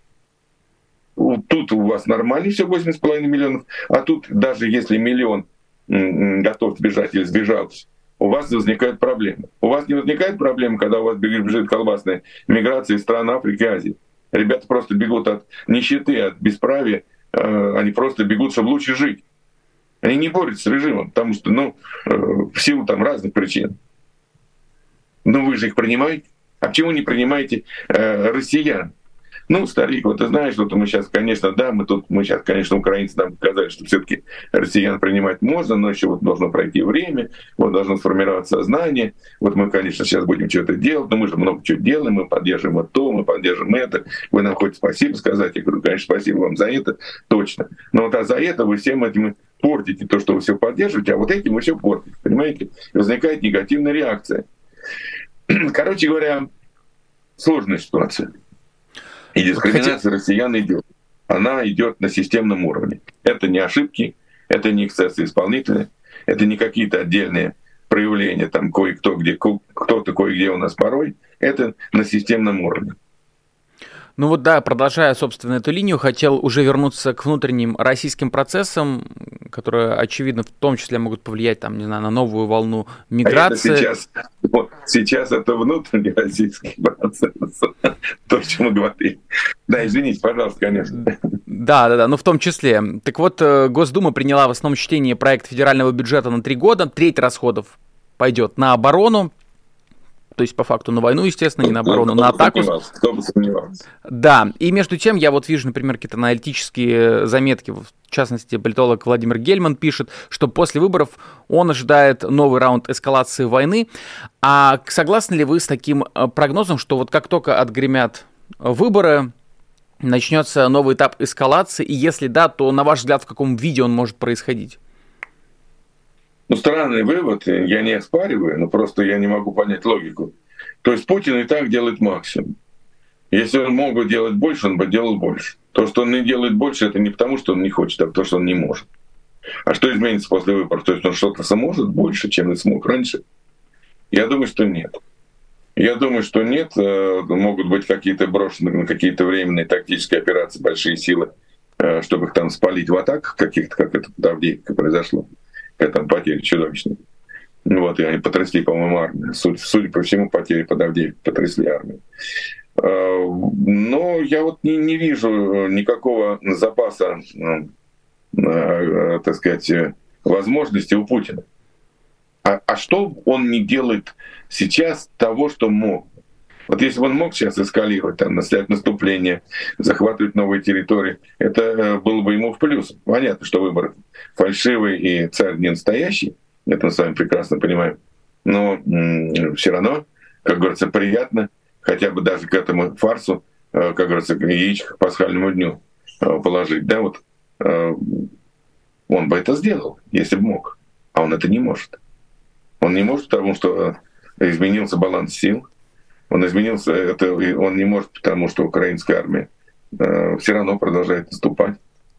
Тут у вас нормально все 8,5 миллионов, а тут даже если миллион готов сбежать или сбежался, у вас возникают проблемы. У вас не возникает проблемы, когда у вас бежит колбасная миграция из стран Африки и Азии. Ребята просто бегут от нищеты, от бесправия, они просто бегут, чтобы лучше жить. Они не борются с режимом, потому что, в силу там разных причин. Но вы же их принимаете. А почему не принимаете россиян? Старик, вот ты знаешь, вот мы сейчас, конечно, мы сейчас, конечно, украинцы нам показали, что все-таки россиян принимать можно, но еще вот должно пройти время, вот должно сформироваться сознание. Вот мы, конечно, сейчас будем что-то делать, но мы же много чего делаем, мы поддерживаем вот то, мы поддерживаем это. Вы нам хоть спасибо сказать? Я говорю, конечно, спасибо вам за это, точно. Но вот за это вы всем этим портите то, что вы все поддерживаете, а вот этим вы все портите, понимаете? И возникает негативная реакция. Короче говоря, сложная ситуация. И дискриминация россиян идет. Она идет на системном уровне. Это не ошибки, это не эксцессы исполнителя, это не какие-то отдельные проявления, там кое-кто, где кто-то кое-где у нас порой. Это на системном уровне. Продолжая, собственно, эту линию, хотел уже вернуться к внутренним российским процессам, которые, очевидно, в том числе могут повлиять, на новую волну миграции. Сейчас это внутренний российский процесс, то, о чем мы говорим. Да, извините, пожалуйста, конечно. Да, в том числе. Так вот, Госдума приняла в основном чтении проект федерального бюджета на 3 года, треть расходов пойдет на оборону. То есть, по факту, на войну, естественно, не на оборону, на атаку. Кто бы сомневался. Да, и между тем, я вижу, например, какие-то аналитические заметки, в частности, политолог Владимир Гельман пишет, что после выборов он ожидает новый раунд эскалации войны. А согласны ли вы с таким прогнозом, что вот как только отгремят выборы, начнется новый этап эскалации, и если да, то, на ваш взгляд, в каком виде он может происходить? Странный вывод, я не оспариваю, но просто я не могу понять логику. То есть Путин и так делает максимум. Если он мог бы делать больше, он бы делал больше. То, что он не делает больше, это не потому, что он не хочет, а потому, что он не может. А что изменится после выборов? То есть он что-то сможет больше, чем и смог раньше? Я думаю, что нет. Я думаю, что нет. Могут быть какие-то брошены на какие-то временные тактические операции, большие силы, чтобы их там спалить в атаках каких-то, как это в Авдеевке произошло. Там потери чудовищные. И они потрясли, по-моему, армию. Судя по всему, потери под Авдеевкой потрясли армию. Но я не вижу никакого запаса, так сказать, возможностей у Путина. А что он не делает сейчас того, что мог? Вот если бы он мог сейчас эскалировать, там, настоять наступление, захватывать новые территории, это было бы ему в плюс. Понятно, что выбор фальшивый и царь не настоящий, это мы с вами прекрасно понимаем. Но все равно, как говорится, приятно хотя бы даже к этому фарсу, как говорится, яичко к пасхальному дню положить. Да, вот он бы это сделал, если бы мог. А он это не может. Он не может, потому что изменился баланс сил. Он изменился, он не может, потому что украинская армия все равно продолжает наступать.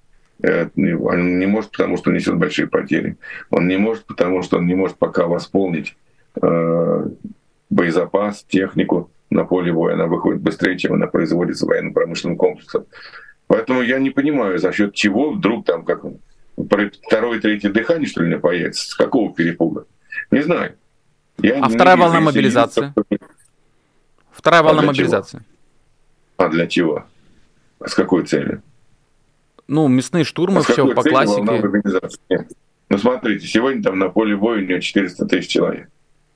Он не может, потому что несет большие потери. Он не может, потому что он не может пока восполнить боезапас, технику на поле боя. Она выходит быстрее, чем она производится военно-промышленным комплексом. Поэтому я не понимаю, за счет чего вдруг там как второе, третье дыхание, что ли, появится. С какого перепуга? Не знаю. Вторая волна мобилизации? Вторая волна мобилизации. А для чего? С какой целью? Ну, мясные штурмы, все по классике. Нет. Ну, смотрите, сегодня там на поле боя у него 400 тысяч человек.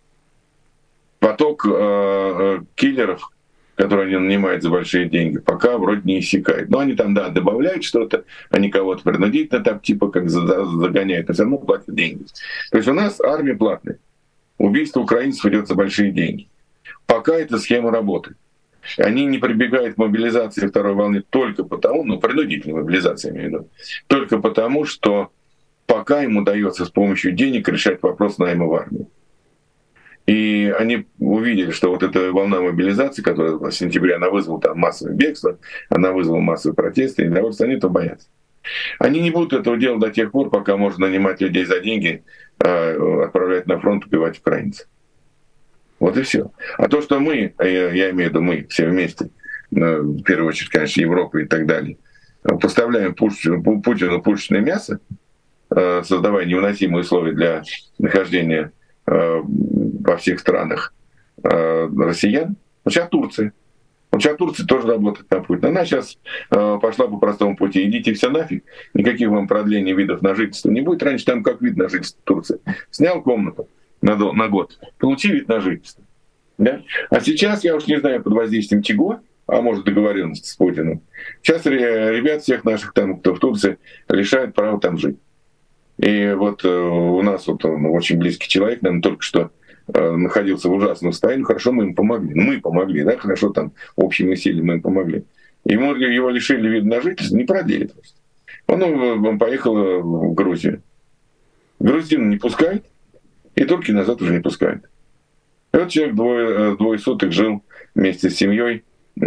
Поток киллеров, которые они нанимают за большие деньги, пока вроде не иссякает. Но они там, да, добавляют что-то, они кого-то принудительно там типа как загоняют, но все равно платят деньги. То есть у нас армия платная. Убийство украинцев идет за большие деньги. Пока эта схема работает. Они не прибегают к мобилизации второй волны только потому, ну, принудительной мобилизации, я имею в виду, только потому, что пока им удается с помощью денег решать вопрос найма в армию. И они увидели, что вот эта волна мобилизации, которая в сентябре, она вызвала там массовое бегство, она вызвала массовые протесты, и недовольство, они этого боятся. Они не будут этого делать до тех пор, пока можно нанимать людей за деньги, отправлять на фронт, убивать украинцев. Вот и все. А то, что мы, я имею в виду мы, все вместе, в первую очередь, конечно, Европа и так далее, поставляем Путину пушечное мясо, создавая невыносимые условия для нахождения во всех странах россиян. Вот сейчас Турция. Вот сейчас Турция тоже работает на Путина. Она сейчас пошла по простому пути. Идите все нафиг, никаких вам продлений видов на жительство не будет. Раньше там как вид на жительство Турции. Снял комнату на год, получи вид на жительство. Да? А сейчас, я уж не знаю, под воздействием чего, а может договоренности с Путиным, сейчас ребят всех наших там, кто в Турции, лишают права там жить. И вот у нас вот он очень близкий человек, наверное, только что находился в ужасном состоянии. Хорошо, мы им помогли. Мы помогли, да, хорошо, там общими усилиями мы им помогли. Его лишили вида на жительство, не продлили просто. Он поехал в Грузию. Грузин не пускает, и турки назад уже не пускают. И вот человек двое суток жил вместе с семьей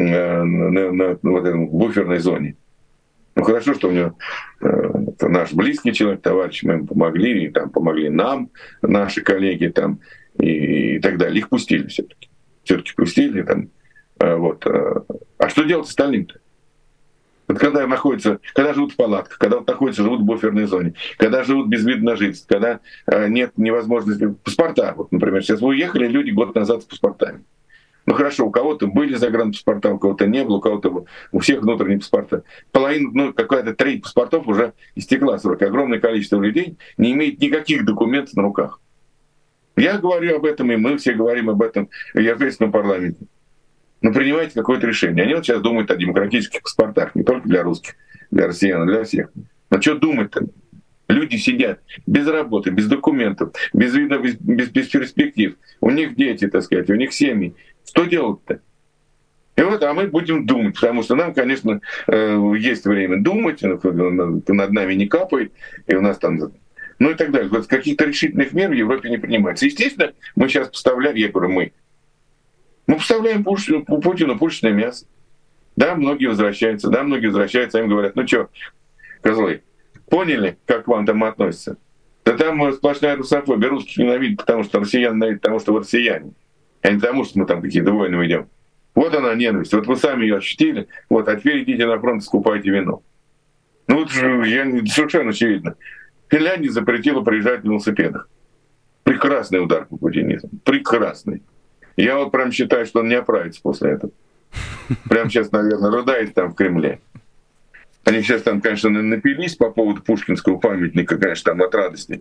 на вот этом буферной зоне. Ну хорошо, что у него это наш близкий человек, товарищ, мы ему помогли, и там помогли нам, наши коллеги там и так далее. Их пустили все-таки. Все-таки пустили там. Вот. А что делать с остальным-то? Вот когда живут в палатках, когда вот находятся, живут в буферной зоне, когда живут без вида на жительство, когда нет невозможности паспорта. Вот, например, сейчас вы уехали, люди год назад с паспортами. Ну хорошо, у кого-то были загранпаспорта, у кого-то не было, у кого-то у всех внутренние паспорта. Половина, ну какая-то треть паспортов уже истекла срок. Огромное количество людей не имеет никаких документов на руках. Я говорю об этом, и мы все говорим об этом в Европейском парламенте. Но принимайте какое-то решение. Они вот сейчас думают о демократических паспортах, не только для русских, для россиян, а для всех. Но что думать-то? Люди сидят без работы, без документов, без вида, без перспектив. У них дети, так сказать, у них семьи. Что делать-то? И вот, а мы будем думать, потому что нам, конечно, есть время думать, над нами не капает, и у нас там, ну и так далее. Вот каких-то решительных мер в Европе не принимается. Естественно, мы сейчас поставляем, я говорю, мы поставляем Путину пушечное мясо. Да, многие возвращаются, а им говорят, ну что, козлы, поняли, как к вам там относятся? Да там сплошная русофобия, русских ненавидят, потому что россиян ненавидят, потому что вы россияне, а не потому что мы там какие-то войны ведем. Вот она ненависть, вот вы сами ее ощутили, вот, а теперь идите на фронт и скупайте вино. Ну вот совершенно очевидно. Финляндия запретила приезжать на велосипедах. Прекрасный удар по путинизму, прекрасный. Я вот прям считаю, что он не оправится после этого. Прямо сейчас, наверное, рыдает там в Кремле. Они сейчас там, конечно, напились по поводу Пушкинского памятника, конечно, там от радости.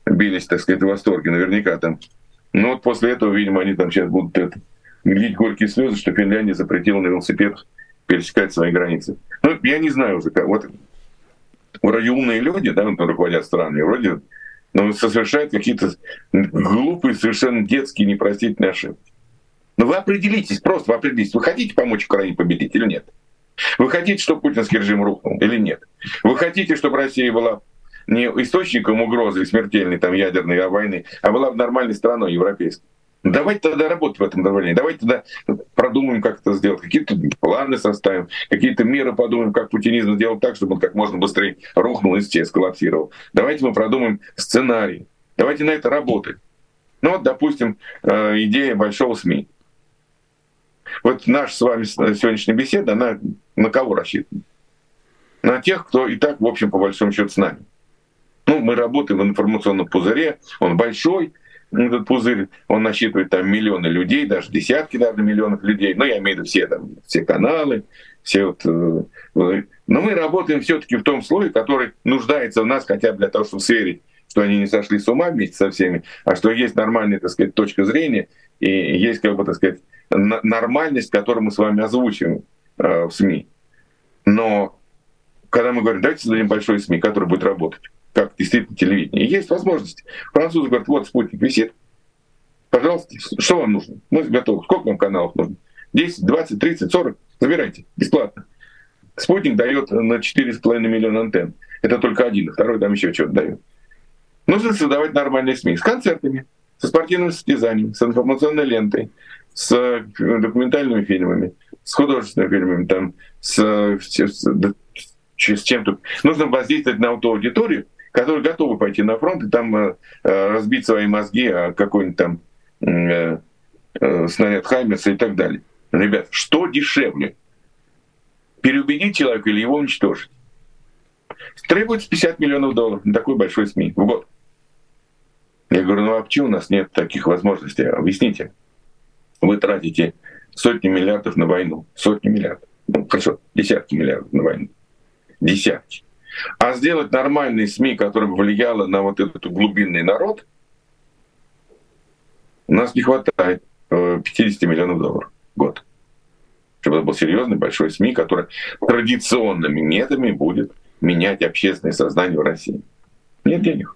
бились, так сказать, в восторге, наверняка там. Но вот после этого, видимо, они там сейчас будут лить горькие слезы, что Финляндия запретила на велосипедах пересекать свои границы. Ну, я не знаю уже, как. Вот вроде умные люди, да, руководят странами, вроде, но совершают какие-то глупые, совершенно детские, непростительные ошибки. Но вы определитесь, просто вы определитесь, вы хотите помочь Украине победить или нет? Вы хотите, чтобы путинский режим рухнул или нет? Вы хотите, чтобы Россия была не источником угрозы смертельной там, ядерной войны, а была бы нормальной страной европейской? Давайте тогда работать в этом направлении. Давайте тогда продумаем, как это сделать. Какие-то планы составим, какие-то меры подумаем, как путинизм сделать так, чтобы он как можно быстрее рухнул, исчез, коллапсировал. Давайте мы продумаем сценарий. Давайте на это работать. Ну вот, допустим, идея большого СМИ. Вот наша с вами сегодняшняя беседа, она на кого рассчитана? На тех, кто и так, в общем, по большому счету, с нами. Ну, мы работаем в информационном пузыре, он большой, этот пузырь, он насчитывает там миллионы людей, даже десятки, наверное, миллионов людей. Но я имею в виду все каналы, все вот. Но мы работаем все-таки в том слое, который нуждается в нас хотя бы для того, чтобы сверить, что они не сошли с ума вместе со всеми, а что есть нормальная, так сказать, точка зрения и есть, как бы, так сказать, нормальность, которую мы с вами озвучиваем в СМИ. Но когда мы говорим, давайте создадим большой СМИ, который будет работать, как действительно телевидение. И есть возможность. Французы говорят, вот спутник висит, пожалуйста, что вам нужно? Мы готовы. Сколько вам каналов нужно? 10, 20, 30, 40? Забирайте, бесплатно. Спутник дает на 4,5 миллиона антенн. Это только один, второй там еще что-то дает. Нужно создавать нормальные СМИ с концертами, со спортивным состязанием, с информационной лентой, с документальными фильмами, с художественными фильмами, там, с чем-то. Нужно воздействовать на ту аудиторию, которые готовы пойти на фронт и там разбить свои мозги о какой-нибудь там снаряд Хаймерса и так далее. Ребят, что дешевле? Переубедить человека или его уничтожить? Требуется $50 миллионов на такой большой СМИ в год. Я говорю, ну а почему у нас нет таких возможностей? Объясните. Вы тратите сотни миллиардов на войну. Сотни миллиардов. Ну, хорошо, десятки миллиардов на войну. Десятки. А сделать нормальные СМИ, которое бы влияло на вот этот глубинный народ, у нас не хватает $50 миллионов в год. Чтобы это был серьезный большой СМИ, который традиционными методами будет менять общественное сознание в России. Нет денег.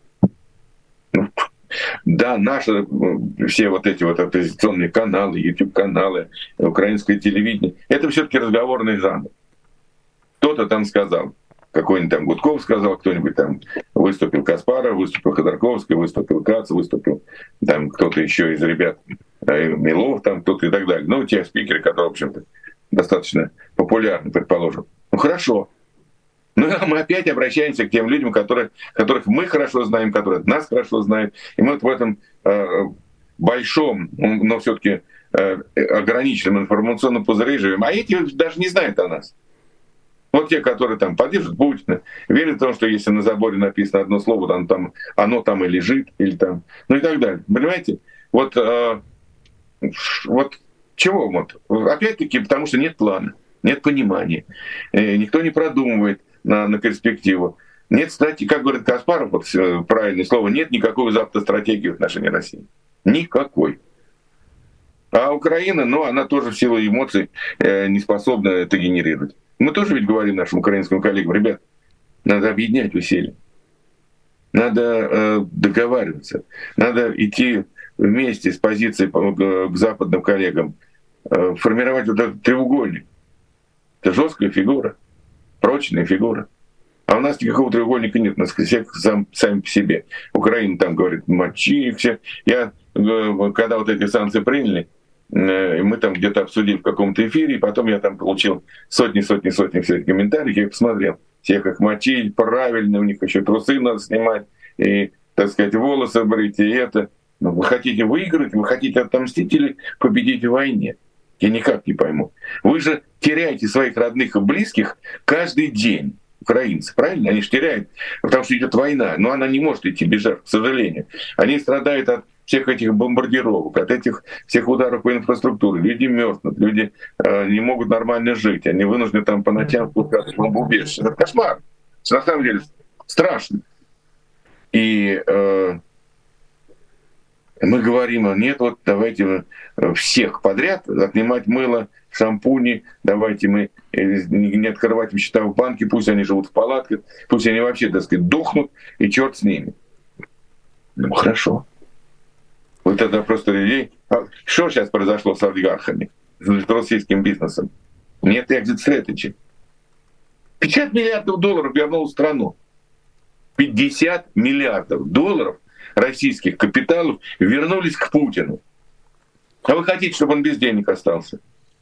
Да, наши все вот эти вот оппозиционные каналы, YouTube-каналы, украинское телевидение, это все-таки разговорный жанр. Кто-то там сказал, какой-нибудь там Гудков сказал, кто-нибудь там выступил Каспаров, выступил Ходорковский, выступил Кац, выступил там кто-то еще из ребят, Милов, там кто-то и так далее. Ну, те спикеры, которые, в общем-то, достаточно популярны, предположим. Ну, хорошо. Но мы опять обращаемся к тем людям, которых мы хорошо знаем, которые нас хорошо знают. И мы вот в этом большом, но все-таки ограниченном информационном пузыре живем. А эти даже не знают о нас. Вот те, которые там поддерживают Путина, верят в то, что если на заборе написано одно слово, оно там и лежит, или там, ну и так далее. Понимаете? Вот чего вот? Опять-таки, потому что нет плана, нет понимания, никто не продумывает на перспективу. Нет, кстати, как говорит Каспаров, вот правильное слово, нет никакой западной стратегии в отношении России. Никакой. А Украина, ну, она тоже в силу эмоций не способна это генерировать. Мы тоже ведь говорим нашим украинским коллегам, ребят, надо объединять усилия. Надо договариваться. Надо идти вместе с позицией к западным коллегам, формировать вот этот треугольник. Это жесткая фигура, прочная фигура. А у нас никакого треугольника нет, у нас все сами по себе. Украина там говорит, мочи все. Я, когда вот эти санкции приняли, мы там где-то обсудили в каком-то эфире, и потом я там получил сотни всех комментариев, я их посмотрел. Всех их мочить, правильно, у них еще трусы надо снимать, и, так сказать, волосы брить, и это. Но вы хотите выиграть, вы хотите отомстить или победить в войне? Я никак не пойму. Вы же теряете своих родных и близких каждый день. Украинцы, правильно? Они же теряют, потому что идет война, но она не может идти без жертв, к сожалению. Они страдают от всех этих бомбардировок, от этих всех ударов по инфраструктуре. Люди мерзнут, люди не могут нормально жить, они вынуждены там по ночам спускаться в бомбоубежище. Это кошмар. На самом деле страшно. И Мы говорим, нет, вот давайте всех подряд отнимать мыло, шампуни, давайте мы не открывать им счета в банке, пусть они живут в палатках, пусть они вообще, так сказать, дохнут, и черт с ними. Ну, хорошо. Вот это просто людей... Что сейчас произошло с олигархами, с российским бизнесом? Нет exit strategy. 50 миллиардов долларов вернул в страну. 50 миллиардов долларов российских капиталов вернулись к Путину. А вы хотите, чтобы он без денег остался?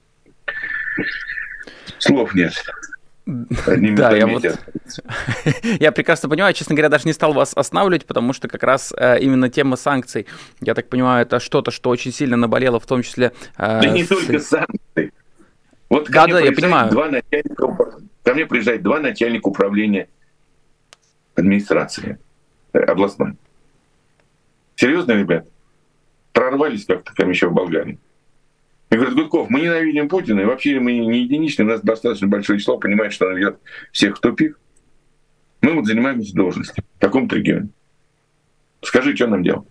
Слов нет. Да, я прекрасно понимаю, честно говоря, даже не стал вас останавливать, потому что как раз именно тема санкций, я так понимаю, это что-то, что очень сильно наболело, в том числе... Да не только санкции. Вот да, я понимаю. Ко мне приезжают 2 начальника управления администрации областной. Серьезно, ребят? Прорвались как-то там еще в Болгарии. И говорят, Гудков, мы ненавидим Путина, и вообще мы не единичные, у нас достаточно большое число понимает, что он ведет всех в тупик. Мы вот занимаемся должностью в таком-то регионе. Скажи, что нам делать?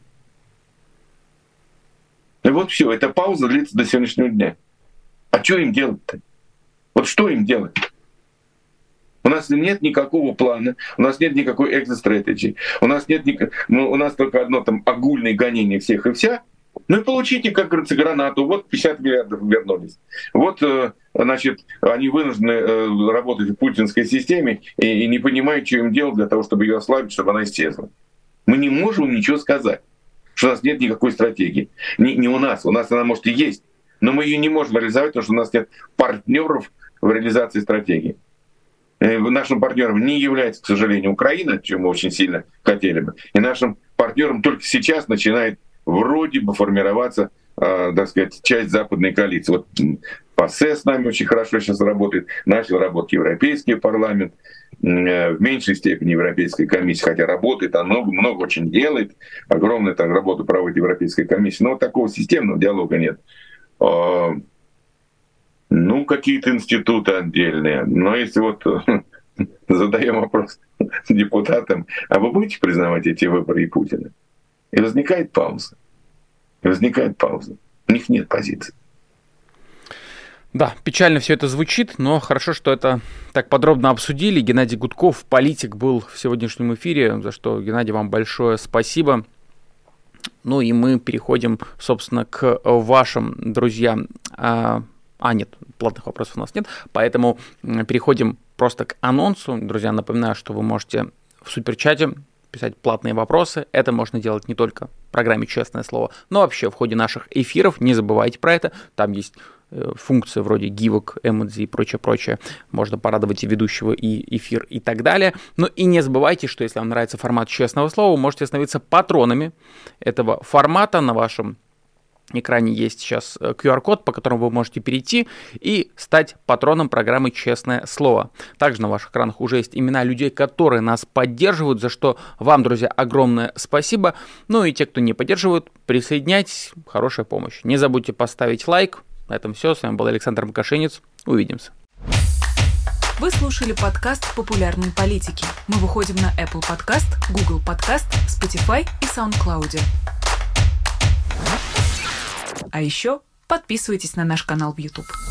И вот все, эта пауза длится до сегодняшнего дня. А что им делать-то? Вот что им делать? У нас нет никакого плана, у нас нет никакой exit-strategy, у нас только одно там огульное гонение всех и вся. Ну и получите, как говорится, гранату. Вот 50 миллиардов вернулись. Вот, значит, они вынуждены работать в путинской системе и не понимают, что им делать для того, чтобы ее ослабить, чтобы она исчезла. Мы не можем ничего сказать, что у нас нет никакой стратегии. Не у нас она может и есть, но мы ее не можем реализовать, потому что у нас нет партнеров в реализации стратегии. Нашим партнером не является, к сожалению, Украина, чем мы очень сильно хотели бы. И нашим партнером только сейчас начинает вроде бы формироваться, так сказать, часть западной коалиции. Вот ПАСЕ с нами очень хорошо сейчас работает, начал работать Европейский парламент, в меньшей степени Европейская комиссия, хотя работает, она много очень делает, огромную там работу проводит Европейская комиссия, но вот такого системного диалога нет. Ну, какие-то институты отдельные, но если вот задаем вопрос депутатам, а вы будете признавать эти выборы и Путина? И возникает пауза. У них нет позиции. Да, печально все это звучит, но хорошо, что это так подробно обсудили. Геннадий Гудков, политик, был в сегодняшнем эфире, за что, Геннадий, вам большое спасибо. Ну и мы переходим, собственно, к вашим друзьям. Нет, платных вопросов у нас нет, поэтому переходим просто к анонсу. Друзья, напоминаю, что вы можете в суперчате писать платные вопросы. Это можно делать не только в программе «Честное слово», но вообще в ходе наших эфиров. Не забывайте про это. Там есть функции вроде гивок, эмодзи и прочее. Можно порадовать и ведущего, и эфир, и так далее. Ну и не забывайте, что если вам нравится формат «Честного слова», вы можете становиться патронами этого формата. На вашем экране есть сейчас QR-код, по которому вы можете перейти и стать патроном программы «Честное слово». Также на ваших экранах уже есть имена людей, которые нас поддерживают, за что вам, друзья, огромное спасибо. Ну и те, кто не поддерживают, присоединяйтесь, хорошая помощь. Не забудьте поставить лайк. На этом все. С вами был Александр Макашинец. Увидимся. Вы слушали подкаст «Популярные политики». Мы выходим на Apple Podcast, Google Podcast, Spotify и SoundCloud. А еще подписывайтесь на наш канал в YouTube.